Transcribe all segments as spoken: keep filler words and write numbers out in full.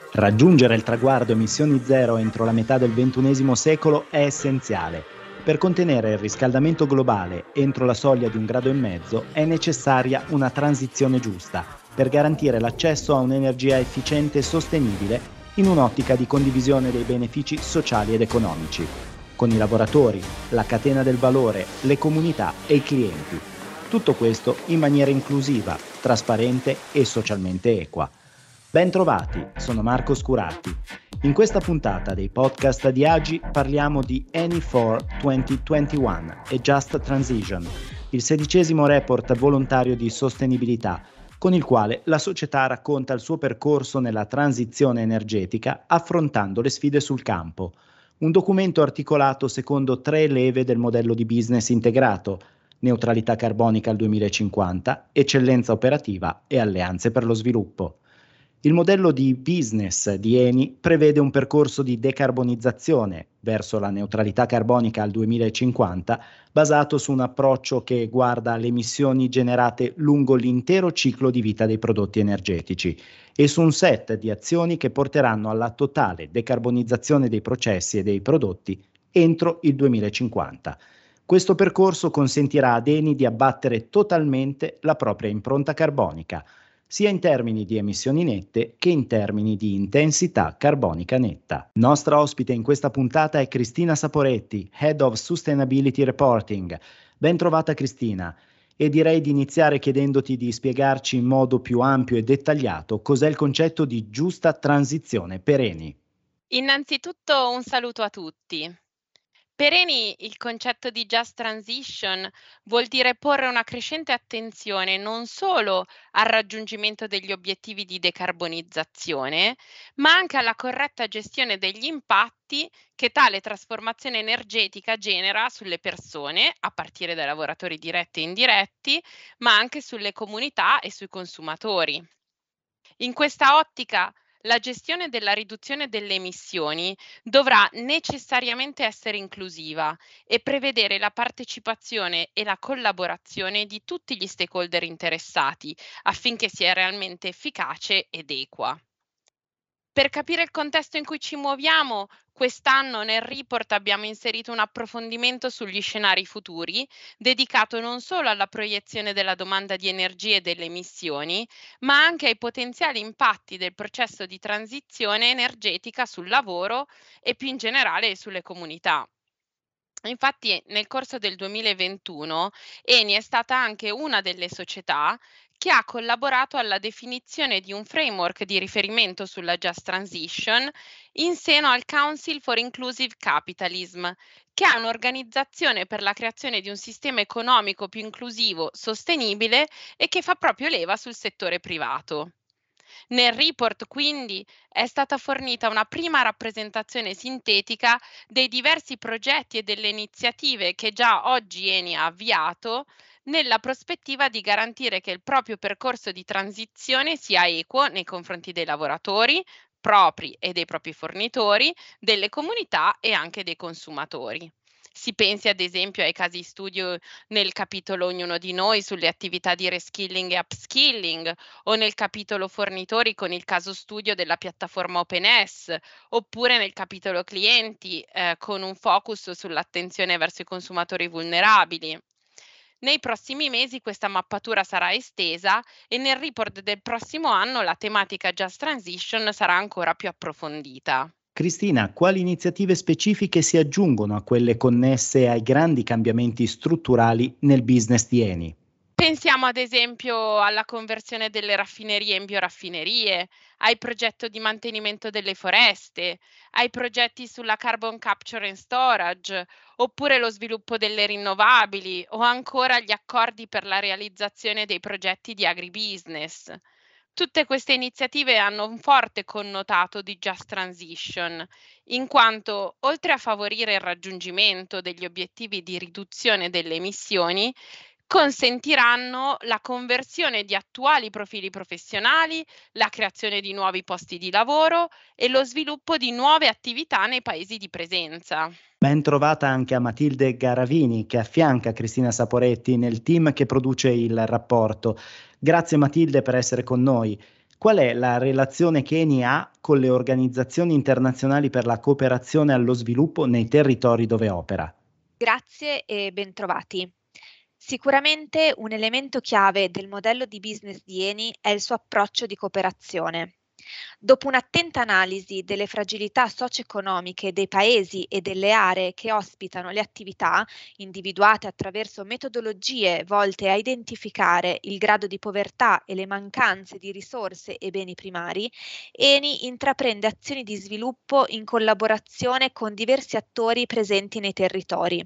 Raggiungere il traguardo emissioni zero entro la metà del ventunesimo secolo è essenziale. Per contenere il riscaldamento globale entro la soglia di un grado e mezzo è necessaria una transizione giusta per garantire l'accesso a un'energia efficiente e sostenibile in un'ottica di condivisione dei benefici sociali ed economici, con i lavoratori, la catena del valore, le comunità e i clienti. Tutto questo in maniera inclusiva, trasparente e socialmente equa. Ben trovati, sono Marco Scurati. In questa puntata dei podcast di Agi parliamo di Eni for duemilaventuno e Just Transition, il sedicesimo report volontario di sostenibilità, con il quale la società racconta il suo percorso nella transizione energetica affrontando le sfide sul campo. Un documento articolato secondo tre leve del modello di business integrato: neutralità carbonica al duemilacinquanta, eccellenza operativa e alleanze per lo sviluppo. Il modello di business di Eni prevede un percorso di decarbonizzazione verso la neutralità carbonica al duemilacinquanta, basato su un approccio che guarda alle emissioni generate lungo l'intero ciclo di vita dei prodotti energetici e su un set di azioni che porteranno alla totale decarbonizzazione dei processi e dei prodotti entro il duemilacinquanta. Questo percorso consentirà ad Eni di abbattere totalmente la propria impronta carbonica, sia in termini di emissioni nette che in termini di intensità carbonica netta. Nostra ospite in questa puntata è Cristina Saporetti, Head of Sustainability Reporting. Ben trovata Cristina, e direi di iniziare chiedendoti di spiegarci in modo più ampio e dettagliato cos'è il concetto di giusta transizione per Eni. Innanzitutto un saluto a tutti. Per Eni il concetto di Just Transition vuol dire porre una crescente attenzione non solo al raggiungimento degli obiettivi di decarbonizzazione, ma anche alla corretta gestione degli impatti che tale trasformazione energetica genera sulle persone, a partire dai lavoratori diretti e indiretti, ma anche sulle comunità e sui consumatori. In questa ottica, la gestione della riduzione delle emissioni dovrà necessariamente essere inclusiva e prevedere la partecipazione e la collaborazione di tutti gli stakeholder interessati affinché sia realmente efficace ed equa. Per capire il contesto in cui ci muoviamo, quest'anno nel report abbiamo inserito un approfondimento sugli scenari futuri, dedicato non solo alla proiezione della domanda di energia e delle emissioni, ma anche ai potenziali impatti del processo di transizione energetica sul lavoro e più in generale sulle comunità. Infatti, nel corso del duemilaventuno, Eni è stata anche una delle società che ha collaborato alla definizione di un framework di riferimento sulla Just Transition in seno al Council for Inclusive Capitalism, che è un'organizzazione per la creazione di un sistema economico più inclusivo, sostenibile e che fa proprio leva sul settore privato. Nel report, quindi, è stata fornita una prima rappresentazione sintetica dei diversi progetti e delle iniziative che già oggi Eni ha avviato nella prospettiva di garantire che il proprio percorso di transizione sia equo nei confronti dei lavoratori propri e dei propri fornitori, delle comunità e anche dei consumatori. Si pensi ad esempio ai casi studio nel capitolo Ognuno di noi sulle attività di reskilling e upskilling, o nel capitolo fornitori con il caso studio della piattaforma OpenS, oppure nel capitolo clienti eh, con un focus sull'attenzione verso i consumatori vulnerabili. Nei prossimi mesi questa mappatura sarà estesa e nel report del prossimo anno la tematica Just Transition sarà ancora più approfondita. Cristina, quali iniziative specifiche si aggiungono a quelle connesse ai grandi cambiamenti strutturali nel business di Eni? Pensiamo ad esempio alla conversione delle raffinerie in bioraffinerie, ai progetti di mantenimento delle foreste, ai progetti sulla carbon capture and storage, oppure lo sviluppo delle rinnovabili o ancora gli accordi per la realizzazione dei progetti di agribusiness. Tutte queste iniziative hanno un forte connotato di Just Transition, in quanto oltre a favorire il raggiungimento degli obiettivi di riduzione delle emissioni, consentiranno la conversione di attuali profili professionali, la creazione di nuovi posti di lavoro e lo sviluppo di nuove attività nei paesi di presenza. Ben trovata anche a Matilde Garavini, che affianca Cristina Saporetti nel team che produce il rapporto. Grazie Matilde per essere con noi. Qual è la relazione che Eni ha con le organizzazioni internazionali per la cooperazione allo sviluppo nei territori dove opera? Grazie e bentrovati. Sicuramente un elemento chiave del modello di business di Eni è il suo approccio di cooperazione. Dopo un'attenta analisi delle fragilità socio-economiche dei paesi e delle aree che ospitano le attività, individuate attraverso metodologie volte a identificare il grado di povertà e le mancanze di risorse e beni primari, Eni intraprende azioni di sviluppo in collaborazione con diversi attori presenti nei territori.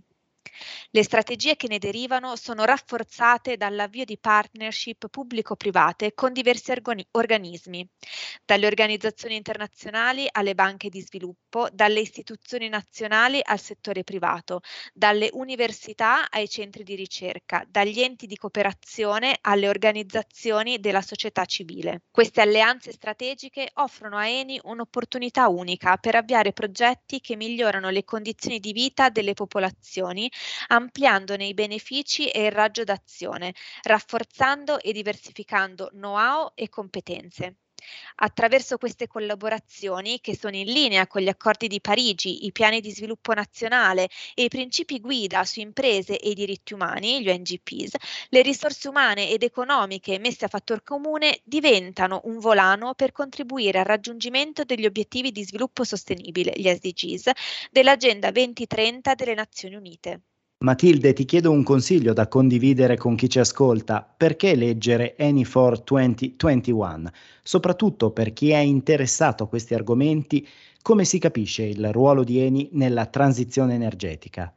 Le strategie che ne derivano sono rafforzate dall'avvio di partnership pubblico-private con diversi organi- organismi, dalle organizzazioni internazionali alle banche di sviluppo, dalle istituzioni nazionali al settore privato, dalle università ai centri di ricerca, dagli enti di cooperazione alle organizzazioni della società civile. Queste alleanze strategiche offrono a Eni un'opportunità unica per avviare progetti che migliorano le condizioni di vita delle popolazioni, ampliandone i benefici e il raggio d'azione, rafforzando e diversificando know-how e competenze. Attraverso queste collaborazioni, che sono in linea con gli accordi di Parigi, i piani di sviluppo nazionale e i principi guida su imprese e i diritti umani, gli O N G Ps, le risorse umane ed economiche messe a fattor comune diventano un volano per contribuire al raggiungimento degli obiettivi di sviluppo sostenibile, gli S D Gs, dell'Agenda duemilatrenta delle Nazioni Unite. Matilde, ti chiedo un consiglio da condividere con chi ci ascolta. Perché leggere Eni for duemilaventuno? Soprattutto per chi è interessato a questi argomenti, come si capisce il ruolo di Eni nella transizione energetica?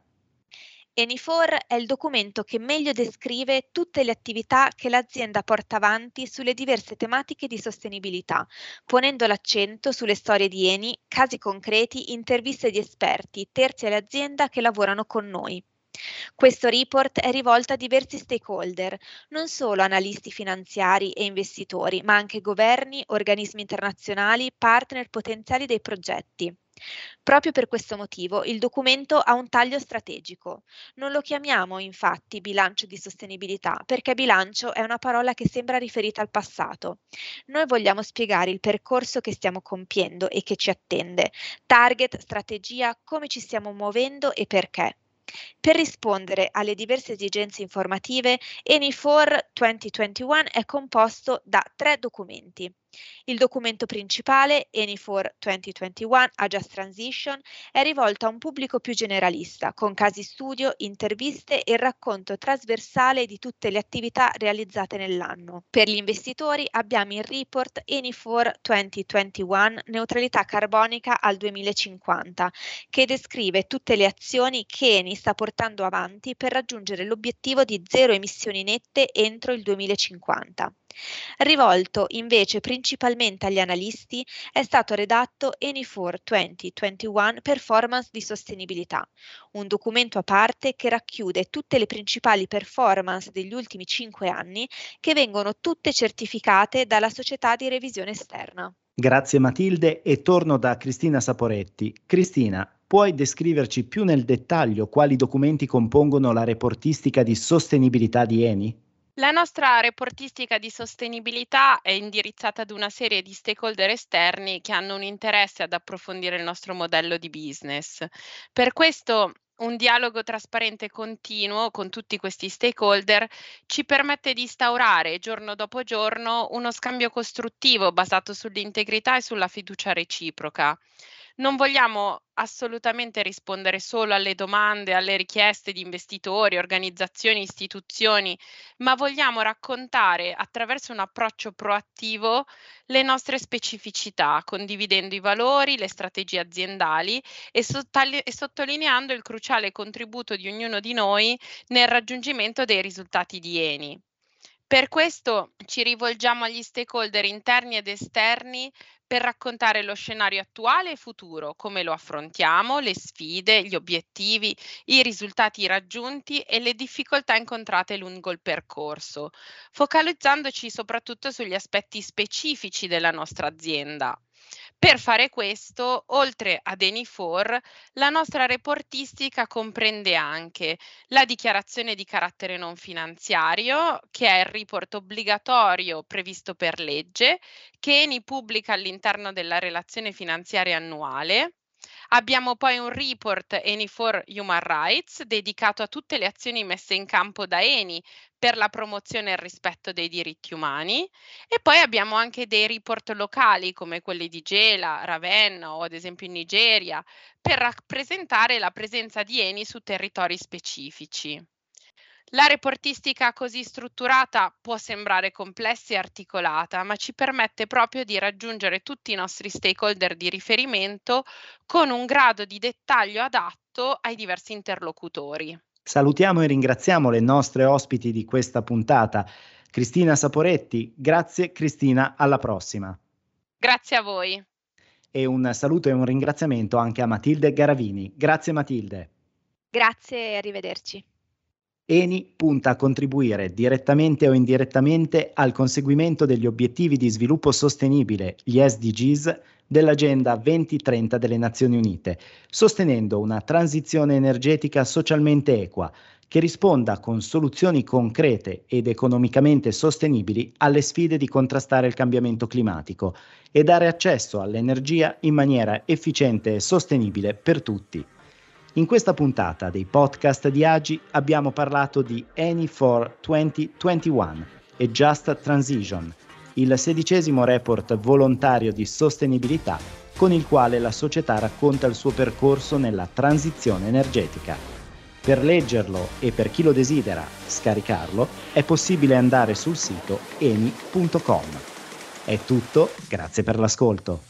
Eni for è il documento che meglio descrive tutte le attività che l'azienda porta avanti sulle diverse tematiche di sostenibilità, ponendo l'accento sulle storie di Eni, casi concreti, interviste di esperti, terzi all'azienda che lavorano con noi. Questo report è rivolto a diversi stakeholder, non solo analisti finanziari e investitori, ma anche governi, organismi internazionali, partner potenziali dei progetti. Proprio per questo motivo il documento ha un taglio strategico. Non lo chiamiamo infatti bilancio di sostenibilità, perché bilancio è una parola che sembra riferita al passato. Noi vogliamo spiegare il percorso che stiamo compiendo e che ci attende, target, strategia, come ci stiamo muovendo e perché. Per rispondere alle diverse esigenze informative, Eni for duemilaventuno è composto da tre documenti. Il documento principale, Eni for duemilaventuno A Just Transition, è rivolto a un pubblico più generalista, con casi studio, interviste e il racconto trasversale di tutte le attività realizzate nell'anno. Per gli investitori abbiamo il report Eni for duemilaventuno Neutralità carbonica al duemilacinquanta, che descrive tutte le azioni che Eni sta portando avanti per raggiungere l'obiettivo di zero emissioni nette entro il duemilacinquanta. Rivolto invece principalmente agli analisti, è stato redatto Eni for duemilaventuno Performance di sostenibilità, un documento a parte che racchiude tutte le principali performance degli ultimi cinque anni, che vengono tutte certificate dalla società di revisione esterna. Grazie Matilde e torno da Cristina Saporetti. Cristina, puoi descriverci più nel dettaglio quali documenti compongono la reportistica di sostenibilità di Eni? La nostra reportistica di sostenibilità è indirizzata ad una serie di stakeholder esterni che hanno un interesse ad approfondire il nostro modello di business. Per questo un dialogo trasparente e continuo con tutti questi stakeholder ci permette di instaurare giorno dopo giorno uno scambio costruttivo basato sull'integrità e sulla fiducia reciproca. Non vogliamo assolutamente rispondere solo alle domande, alle richieste di investitori, organizzazioni, istituzioni, ma vogliamo raccontare attraverso un approccio proattivo le nostre specificità, condividendo i valori, le strategie aziendali e, sottali- e sottolineando il cruciale contributo di ognuno di noi nel raggiungimento dei risultati di Eni. Per questo ci rivolgiamo agli stakeholder interni ed esterni per raccontare lo scenario attuale e futuro, come lo affrontiamo, le sfide, gli obiettivi, i risultati raggiunti e le difficoltà incontrate lungo il percorso, focalizzandoci soprattutto sugli aspetti specifici della nostra azienda. Per fare questo, oltre ad Eni quattro, la nostra reportistica comprende anche la dichiarazione di carattere non finanziario, che è il report obbligatorio previsto per legge, che Eni pubblica all'interno della relazione finanziaria annuale. Abbiamo poi un report Eni quattro Human Rights dedicato a tutte le azioni messe in campo da Eni per la promozione e il rispetto dei diritti umani. E poi abbiamo anche dei report locali come quelli di Gela, Ravenna o ad esempio in Nigeria, per rappresentare la presenza di Eni su territori specifici. La reportistica così strutturata può sembrare complessa e articolata, ma ci permette proprio di raggiungere tutti i nostri stakeholder di riferimento con un grado di dettaglio adatto ai diversi interlocutori. Salutiamo e ringraziamo le nostre ospiti di questa puntata. Cristina Saporetti, grazie Cristina, alla prossima. Grazie a voi. E un saluto e un ringraziamento anche a Matilde Garavini. Grazie Matilde. Grazie e arrivederci. Eni punta a contribuire direttamente o indirettamente al conseguimento degli obiettivi di sviluppo sostenibile, gli S D Gs, dell'Agenda duemilatrenta delle Nazioni Unite, sostenendo una transizione energetica socialmente equa, che risponda con soluzioni concrete ed economicamente sostenibili alle sfide di contrastare il cambiamento climatico e dare accesso all'energia in maniera efficiente e sostenibile per tutti. In questa puntata dei podcast di Agi abbiamo parlato di Eni quattro duemilaventuno e Just Transition, il sedicesimo report volontario di sostenibilità con il quale la società racconta il suo percorso nella transizione energetica. Per leggerlo e per chi lo desidera scaricarlo è possibile andare sul sito eni punto com. È tutto, grazie per l'ascolto.